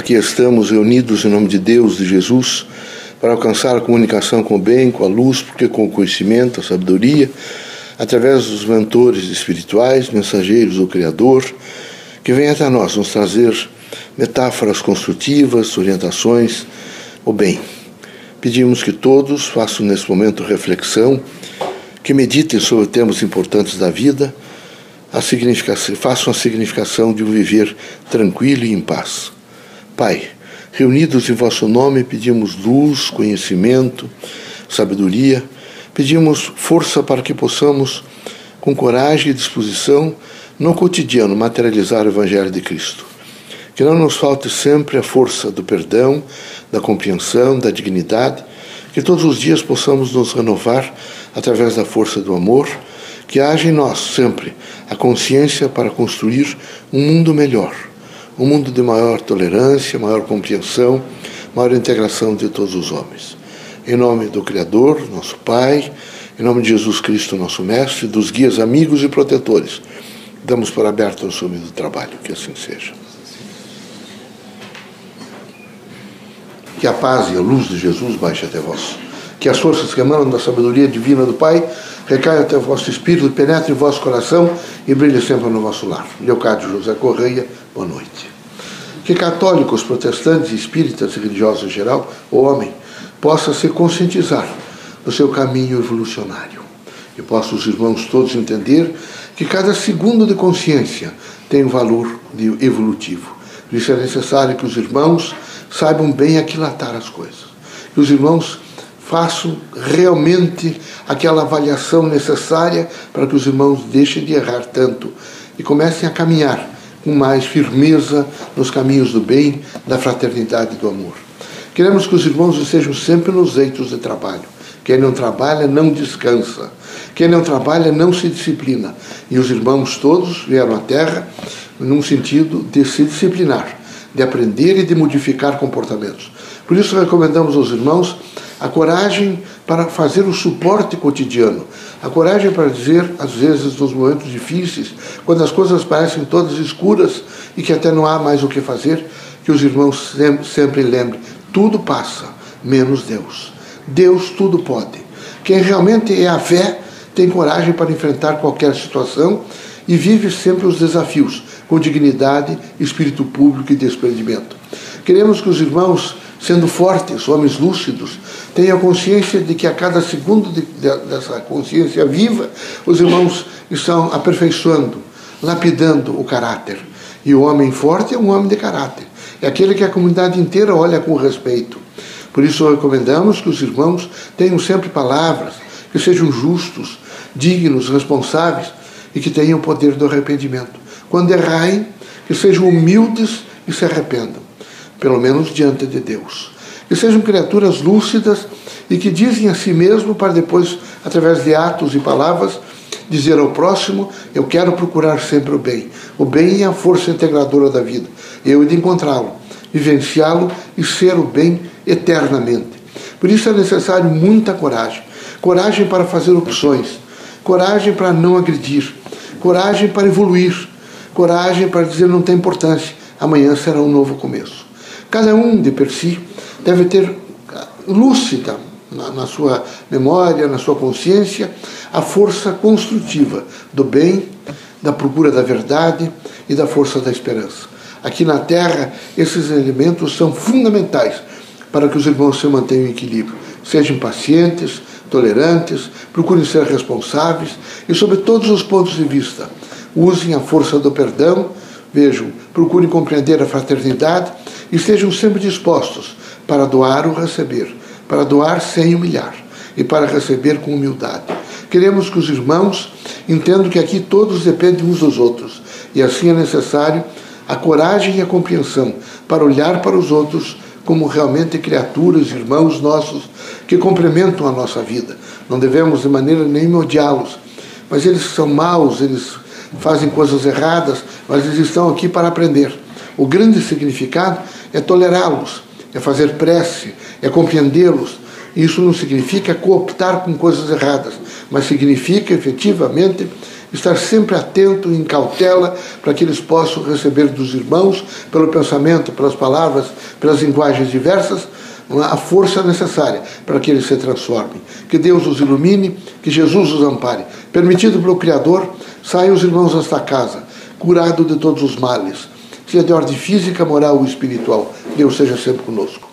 Aqui estamos reunidos em nome de Deus, de Jesus, para alcançar a comunicação com o bem, com a luz, porque com o conhecimento, a sabedoria, através dos mentores espirituais, mensageiros do Criador, que vem até nós nos trazer metáforas construtivas, orientações, o bem. Pedimos que todos façam nesse momento reflexão, que meditem sobre temas importantes da vida, façam a significação de um viver tranquilo e em paz. Pai, reunidos em vosso nome, pedimos luz, conhecimento, sabedoria, pedimos força para que possamos, com coragem e disposição, no cotidiano, materializar o Evangelho de Cristo. Que não nos falte sempre a força do perdão, da compreensão, da dignidade, que todos os dias possamos nos renovar através da força do amor, que haja em nós sempre a consciência para construir um mundo melhor, um mundo de maior tolerância, maior compreensão, maior integração de todos os homens. Em nome do Criador, nosso Pai, em nome de Jesus Cristo, nosso Mestre, dos guias amigos e protetores, damos por aberto o assunto do trabalho, que assim seja. Que a paz e a luz de Jesus baixe até vós. Que as forças que emanam da sabedoria divina do Pai recaiam até o vosso espírito, penetrem em vosso coração e brilhem sempre no vosso lar. Leocádio José Correia, boa noite. Que católicos, protestantes, espíritas e religiosos em geral, o homem, possa se conscientizar do seu caminho evolucionário. E possam os irmãos todos entender que cada segundo de consciência tem um valor evolutivo. Por isso é necessário que os irmãos saibam bem aquilatar as coisas. Que os irmãos façam realmente aquela avaliação necessária para que os irmãos deixem de errar tanto e comecem a caminhar com mais firmeza nos caminhos do bem, da fraternidade e do amor. Queremos que os irmãos estejam sempre nos eitos de trabalho. Quem não trabalha não descansa. Quem não trabalha não se disciplina. E os irmãos todos vieram à Terra num sentido de se disciplinar, de aprender e de modificar comportamentos. Por isso recomendamos aos irmãos a coragem para fazer o suporte cotidiano, a coragem para dizer, às vezes, nos momentos difíceis, quando as coisas parecem todas escuras e que até não há mais o que fazer, que os irmãos sempre lembrem, tudo passa, menos Deus. Deus tudo pode. Quem realmente é a fé tem coragem para enfrentar qualquer situação e vive sempre os desafios com dignidade, espírito público e desprendimento. Queremos que os irmãos, sendo fortes, homens lúcidos, tenham consciência de que a cada segundo dessa consciência viva, os irmãos estão aperfeiçoando, lapidando o caráter. E o homem forte é um homem de caráter. É aquele que a comunidade inteira olha com respeito. Por isso recomendamos que os irmãos tenham sempre palavras que sejam justos, dignos, responsáveis e que tenham o poder do arrependimento. Quando errarem, que sejam humildes e se arrependam, pelo menos diante de Deus. Que sejam criaturas lúcidas e que dizem a si mesmo para depois, através de atos e palavras, dizer ao próximo, eu quero procurar sempre o bem. O bem é a força integradora da vida. Eu he de encontrá-lo, vivenciá-lo e ser o bem eternamente. Por isso é necessário muita coragem. Coragem para fazer opções. Coragem para não agredir. Coragem para evoluir. Coragem para dizer não tem importância. Amanhã será um novo começo. Cada um de per si deve ter lúcida na sua memória, na sua consciência, a força construtiva do bem, da procura da verdade e da força da esperança. Aqui na Terra, esses elementos são fundamentais para que os irmãos se mantenham em equilíbrio. Sejam pacientes, tolerantes, procurem ser responsáveis e, sob todos os pontos de vista, usem a força do perdão, vejam, procurem compreender a fraternidade e estejam sempre dispostos para doar ou receber, para doar sem humilhar e para receber com humildade. Queremos que os irmãos entendam que aqui todos dependem uns dos outros e assim é necessário a coragem e a compreensão para olhar para os outros como realmente criaturas, irmãos nossos que complementam a nossa vida. Não devemos de maneira nenhuma odiá-los, mas eles são maus, eles fazem coisas erradas, mas eles estão aqui para aprender. O grande significado é tolerá-los, é fazer prece, é compreendê-los. Isso não significa cooptar com coisas erradas, mas significa efetivamente estar sempre atento e em cautela para que eles possam receber dos irmãos, pelo pensamento, pelas palavras, pelas linguagens diversas, a força necessária para que eles se transformem. Que Deus os ilumine, que Jesus os ampare. Permitido pelo Criador, saiam os irmãos desta casa, curado de todos os males, seja de ordem física, moral ou espiritual. Deus seja sempre conosco.